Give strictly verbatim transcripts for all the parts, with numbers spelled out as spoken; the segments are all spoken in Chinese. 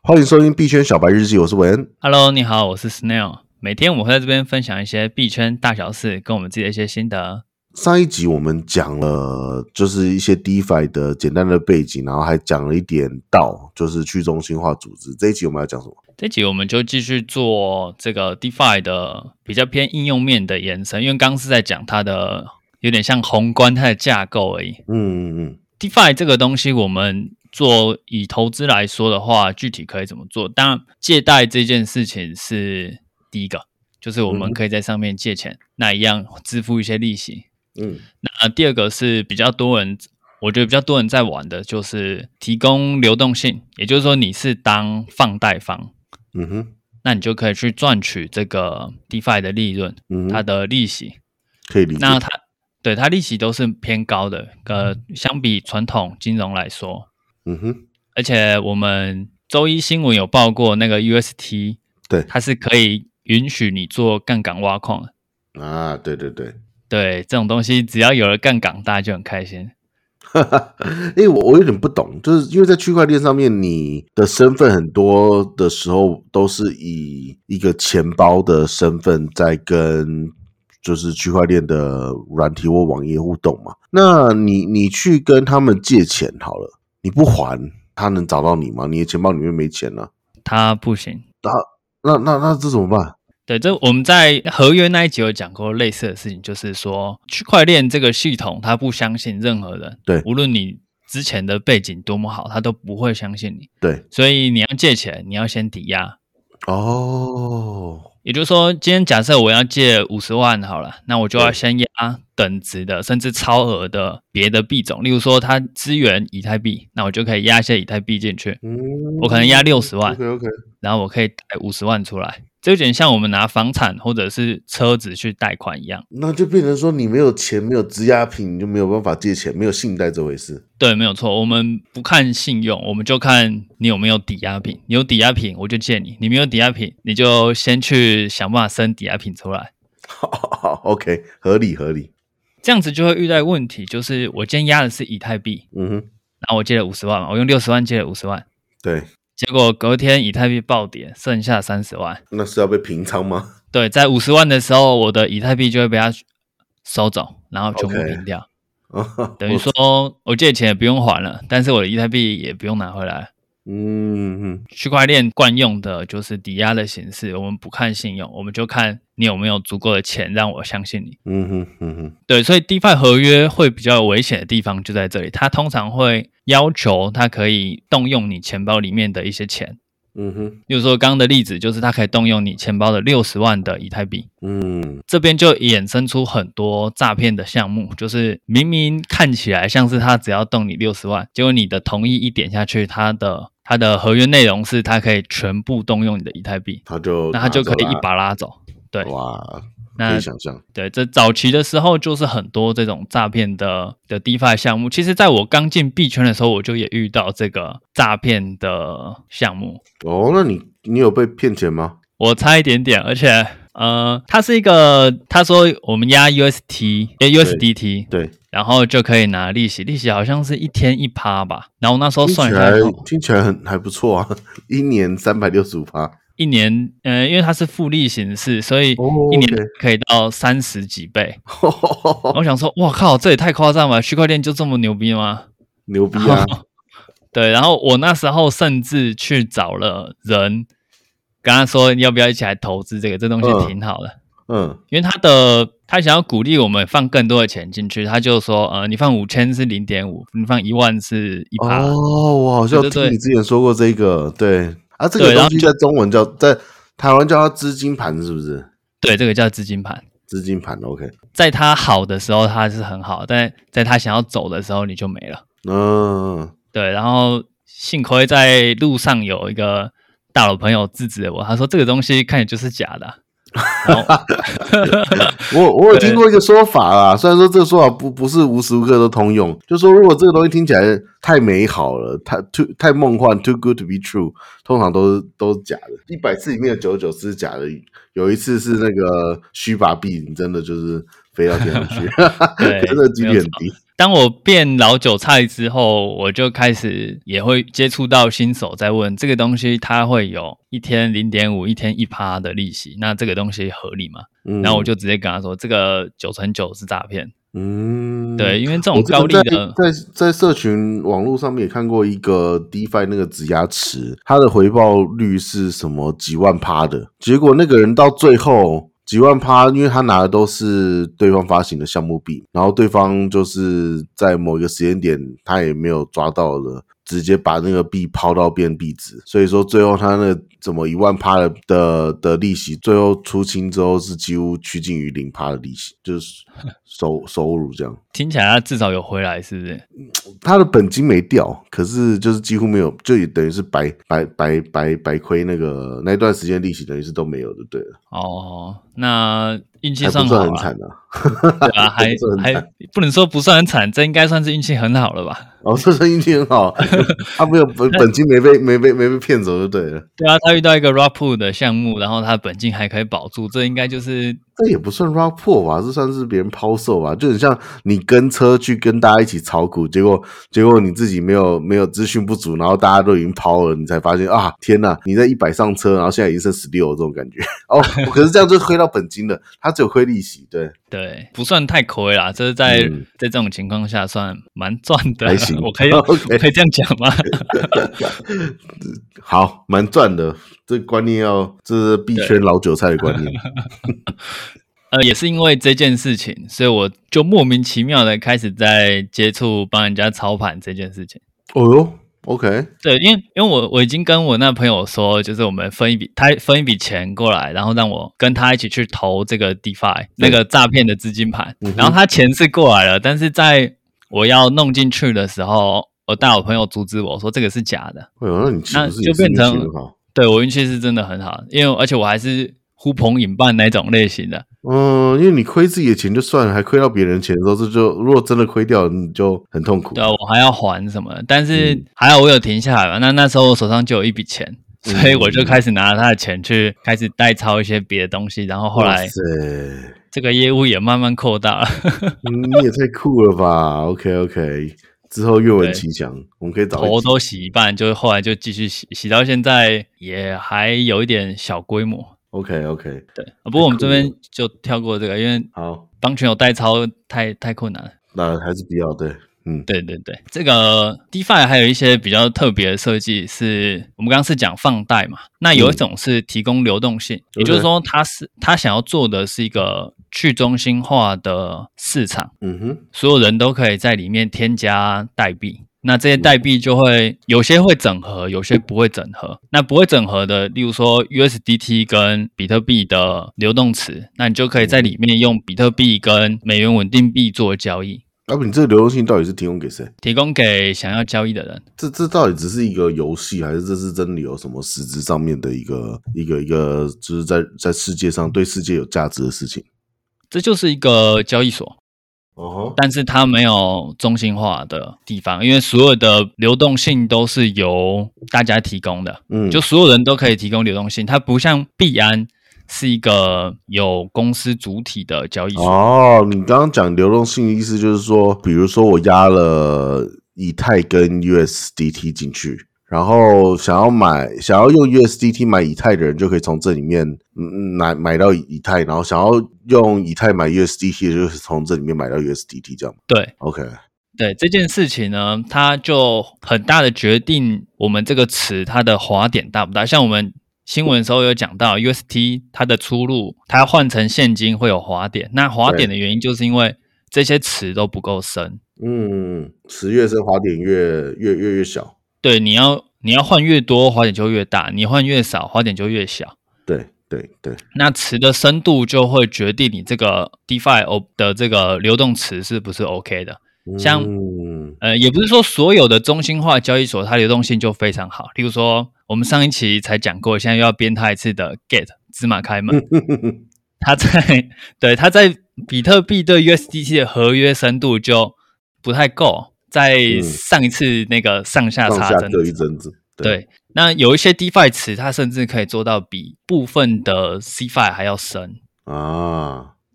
欢迎收听币圈小白日记，我是韦恩。 Hello， 你好，我是 Snail。每天我们会在这边分享一些币圈大小事，跟我们自己的一些心得。 上一集我们讲了就是一些 DeFi 的简单的背景，然后还讲了一点 D A O， 就是去中心化组织。这一集我们要讲什么？ 这一集我们就继续做这个 DeFi 的比较偏应用面的延伸，因为刚刚是在讲它的有点像宏观它的架构而已。 嗯嗯嗯 DeFi 这个东西我们做以投资来说的话，具体可以怎么做？当然借贷这件事情是第一个，就是我们可以在上面借钱，嗯、那一样支付一些利息。 嗯， 那第二个是比较多人，我觉得比较多人在玩的就是提供流动性，也就是说你是当放贷方， 嗯哼， 那你就可以去赚取这个 DeFi 的利润，嗯、它的利息可以理解。 那它对它利息都是偏高的，呃，相比传统金融来说， 嗯哼， 而且我们周一新闻有报过那个 U S T， 对， 它是可以允许你做杠杆挖矿的啊，对对对。 对，这种东西只要有了杠杆，大家就很开心。 欸、我我有点不懂，就是因为在区块链上面，你的身份很多的时候都是以一个钱包的身份在跟就是区块链的软体或网页互动嘛。那你你去跟他们借钱好了，你不还，他能找到你吗？你的钱包里面没钱了、啊， 他不行。 那那那那这怎么办？ 对，这我们在合约那一集有讲过类似的事情，就是说区块链这个系统，它不相信任何人， 对， 无论你之前的背景多么好，它都不会相信你， 对， 所以你要借钱，你要先抵押。 哦， 也就是说，今天假设我要借五十万好了，那我就要先押等值的，甚至超额的别的币种，例如说它支援以太币，那我就可以押一些以太币进去，嗯、我可能押六十万 ，OK OK， 然后我可以贷五十万出来。这有点像我们拿房产或者是车子去贷款一样， 那就变成说你没有钱，没有质押品，你就没有办法借钱，没有信贷这回事。 对，没有错。我们不看信用，我们就看你有没有抵押品。你有抵押品，我就借你；你没有抵押品，你就先去想办法生抵押品出来。 好 ，OK， 合理合理。 这样子就会遇到问题，就是我今天押的是以太币，嗯哼，然后我借了五十万嘛，我用六十万借了五十万， 对。 结果隔天以太币暴跌，剩下三十万， 那是要被平仓吗？ 对，在五十万的时候，我的以太币就会被他收走，然后全部平掉。Okay. 等于说我借钱也不用还了，但是我的以太币也不用拿回来。嗯嗯，区块链惯用的就是抵押的形式，我们不看信用，我们就看你有没有足够的钱让我相信你。嗯哼嗯哼，对，所以 DeFi 合约会比较危险的地方就在这里，它通常会要求它可以动用你钱包里面的一些钱。嗯哼，例如说刚刚的例子就是它可以动用你钱包的六十万的以太币。嗯，这边就衍生出很多诈骗的项目，就是明明看起来像是他只要动你六十万，结果你的同意一点下去，他的他的合约内容是他可以全部动用你的以太币， 他就那他就可以一把拉走。对， 哇， 那可以想象。 对，这早期的时候就是很多这种诈骗的的 DeFi 项目。其实在我刚进币圈的时候，我就也遇到这个诈骗的项目。 哦，那你你有被骗钱吗？ 我差一点点，而且呃，它是一个，他说我们押 U S T， 呃 U S D T， 对，对， 然后就可以拿利息，利息好像是一天一趴吧。然后那时候算一下， 听起来听起来很还不错啊，一年三百六十五趴。 一年，呃，因为它是复利形式，所以一年可以到三十几倍。Oh, 我想说，哇靠，这也太夸张了！区块链就这么牛逼吗？ 牛逼啊！ 对，然后我那时候甚至去找了人，跟他说要不要一起来投资这个，这东西挺好的。嗯，嗯因为他的他想要鼓励我们放更多的钱进去，他就说，呃，你放五千是零点五，你放一万是一趴。 哦，我好像听你之前说过这个，对。啊，这个东西在中文叫，在台湾叫它资金盘，是不是？ 对，这个叫资金盘。 资金盘 ，OK。 在它好的时候，它是很好，但在它想要走的时候，你就没了。嗯，对。然后幸亏在路上有一个大佬朋友制止了我，他说这个东西看起来就是假的、啊。 我我有听过一个说法啦，虽然说这个说法不不是无时无刻都通用，就说如果这个东西听起来太美好了，太 too 太梦幻 ，too good to be true， 通常都是都是假的。一百次里面有九十九次是假的，有一次是那个虚把币，你真的就是非飞到天上去， 对， 可是几率很低。 当我变老韭菜之后，我就开始也会接触到新手在问这个东西，它会有一天 零点五 一天 百分之一 的利息，那这个东西合理吗？嗯、然后我就直接跟他说，这个九成九是诈骗。嗯，对，因为这种高利的， 在 在, 在社群网络上面也看过一个 DeFi 那个质押池，它的回报率是什么几万趴的，结果那个人到最后。几万趴，因为他拿的都是对方发行的项目币，然后对方就是在某一个时间点，他也没有抓到了，直接把那个币抛到变币值，所以说最后他那个怎么一万趴的的的利息，最后出清之后是几乎趋近于零趴的利息，就是收收入这样。 听起来他至少有回来，是不是？ 他的本金没掉，可是就是几乎没有，就也等于是白白白白白亏那个那段时间利息，等于是都没有就对了。 哦，那运气算好了，还不算很惨啊。 对啊，还还不能说不算很惨，这应该算是运气很好了吧？ 哦，这是运气很好，他没有本本金没被没被没被骗走就对了。 对啊，他遇到一个 rug pull 的项目，然后他本金还可以保住，这应该就是这也不算 rug pull 吧，这算是别人抛售吧？就很像你跟车去跟大家一起炒股，结果结果你自己没有没有资讯不足，然后大家都已经抛了，你才发现啊，天哪！你在一百上车，然后现在已经剩十六这种感觉。哦，可是这样就亏到本金了，他只有亏利息，对对，不算太亏啦，这是在、嗯、在这种情况下算蛮赚的， 还行， 我可以、okay. 可以这样讲吗？ 好，蛮赚的，这个观念要这是币圈老韭菜的观念。 呃，也是因为这件事情，所以我就莫名其妙的开始在接触帮人家操盘这件事情。 哦哟 ，OK， 对，因为因为我我已经跟我那朋友说，就是我们分一笔，他分一笔钱过来，然后让我跟他一起去投这个 DeFi 那个诈骗的资金盘、嗯，然后他钱是过来了，但是在我要弄进去的时候，我带我朋友阻止我说这个是假的。 哎呦，那你那就变成对我运气是真的很好，因为而且我还是呼朋引伴那种类型的。 嗯，因为你亏自己的钱就算了，还亏到别人钱的时候，这就如果真的亏掉，你就很痛苦。 对啊，我还要还什么？但是还好我有停下来嘛。那那时候我手上就有一笔钱，所以我就开始拿他的钱去开始代操一些别的东西，然后后来这个业务也慢慢扩大了。 你也太酷了吧 ！OK OK， 之后愿闻其详，我们可以找头都洗一半，就后来就继续洗，洗到现在也还有一点小规模。 OK OK， 对，不过我们这边就跳过这个，因为好帮群友代操太太困难了， 那还是不要。对，嗯， 对对对，这个 DeFi 还有一些比较特别的设计，是我们刚刚是讲放贷嘛，那有一种是提供流动性，嗯、也就是说，它是它想要做的是一个去中心化的市场，嗯哼，所有人都可以在里面添加代币。那这些代币就会有些会整合，有些不会整合。那不会整合的，例如说 U S D T 跟比特币的流动池，那你就可以在里面用比特币跟美元稳定币做交易。 啊不，你这个流动性到底是提供给谁？ 提供给想要交易的人。 这这到底只是一个游戏，还是这是真的有什么实质上面的一个一个一个，就是在在世界上对世界有价值的事情？ 这就是一个交易所。Oh. 但是它没有中心化的地方，因为所有的流动性都是由大家提供的，嗯，就所有人都可以提供流动性，它不像币安是一个有公司主体的交易所。 哦，你刚刚讲流动性的意思就是说，比如说我压了以太跟 U S D T 进去，然后想要买想要用 U S D T 买以太的人就可以从这里面嗯买买到以太，然后想要用以太买 U S D T 的就是从这里面买到 U S D T 这样。 对 ，OK， 对这件事情呢，它就很大的决定我们这个词它的滑点大不大。像我们新闻的时候有讲到 U S D T 它的出路，它要换成现金会有滑点，那滑点的原因就是因为这些词都不够深。 嗯，词越深滑点越越越越小。 对，你要你要换越多，滑点就越大；你换越少，滑点就越小。 对对对， 那词的深度就会决定你这个 DeFi 的这个流动词是不是 OK 的。像、嗯、呃，也不是说所有的中心化交易所它流动性就非常好。例如说，我们上一期才讲过，现在又要编它一次的 Get 芝麻开门，它在对它在比特币对 U S D T 的合约深度就不太够。在上一次那个上下差针子，一针子对, 对，那有一些 DeFi 词，它甚至可以做到比部分的 CeFi 还要深啊。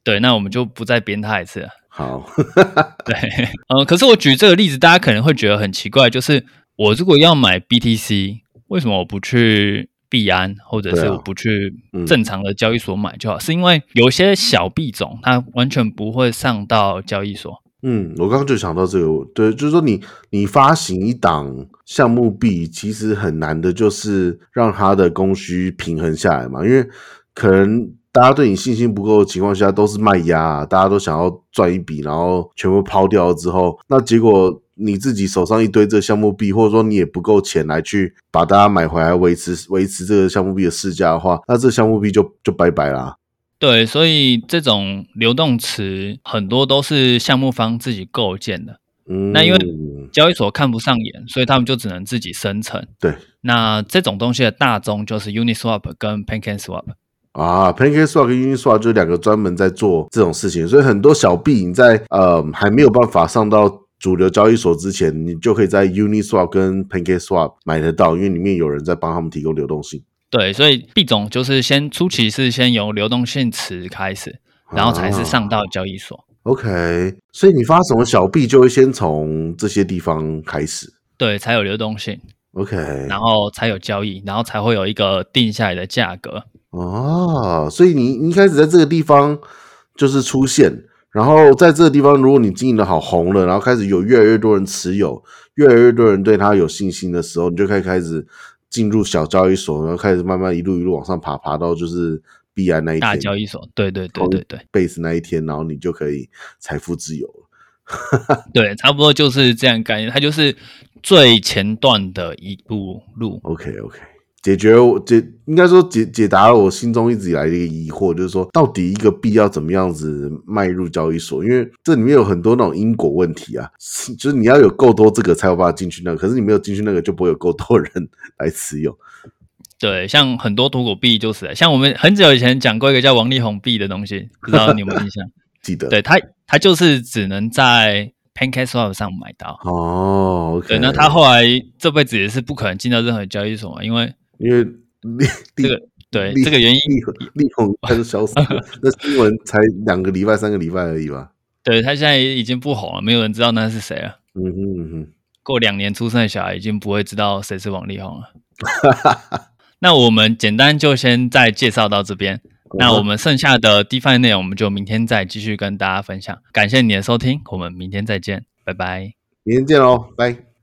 对，那我们就不再编它一次了。 好， 对，呃，可是我举这个例子，大家可能会觉得很奇怪，就是我如果要买 B T C， 为什么我不去币安，或者是我不去正常的交易所买就好？啊嗯、是因为有些小币种它完全不会上到交易所。 嗯，我刚刚就想到这个，对，就是说你你发行一档项目币，其实很难的，就是让它的供需平衡下来嘛，因为可能大家对你信心不够的情况下，都是卖压、啊，大家都想要赚一笔，然后全部抛掉之后，那结果你自己手上一堆这项目币，或者说你也不够钱来去把大家买回来维持维持这个项目币的市价的话，那这项目币就就拜拜啦。 对，所以这种流动池很多都是项目方自己构建的。嗯，那因为交易所看不上眼，所以他们就只能自己生成。 对， 那这种东西的大宗就是 Uniswap 跟 PancakeSwap。 啊 ，PancakeSwap 跟 Uniswap 就是两个专门在做这种事情，所以很多小币你在呃还没有办法上到主流交易所之前，你就可以在 Uniswap 跟 PancakeSwap 买得到，因为里面有人在帮他们提供流动性。 对，所以币种就是先初期是先由流动性池开始，然后才是上到交易所。 啊、OK， 所以你发什么小币就会先从这些地方开始， 对，才有流动性。 OK， 然后才有交易，然后才会有一个定下来的价格。 哦，所以你你一开始在这个地方就是出现，然后在这个地方，如果你经营的好红了，然后开始有越来越多人持有，越来越多人对它有信心的时候，你就可以开始进入小交易所，然后开始慢慢一路一路往上爬，爬到就是币安那一天大交易所，对对对对对 ，base 那一天，然后你就可以财富自由了。 对，差不多就是这样概念，它就是最前段的一步路。 OK OK， 解决解应该说解解答了我心中一直以来的一个疑惑，就是说到底一个币要怎么样子迈入交易所？因为这里面有很多那种因果问题啊，就是你要有够多这个才有办法进去那个，可是你没有进去那个就不会有够多人来持有。 对，像很多土狗币就是，像我们很久以前讲过一个叫王力宏币的东西，不知道你有没有印象？ 记得， 对，它它就是只能在 PancakeSwap 上买到。 哦 ，OK， 对，那他后来这辈子也是不可能进到任何交易所嘛，因为因为这个对这个原因， 力宏他就消失了，那新闻才两个礼拜、三个礼拜而已吧。 对，他现在已经不红了，没有人知道那是谁了。 嗯哼嗯哼， 过两年出生的小孩已经不会知道谁是王力宏了。那我们简单就先再介绍到这边。那我们剩下的 DeFi 内容，我们就明天再继续跟大家分享。感谢你的收听，我们明天再见，拜拜。 明天见喽，拜。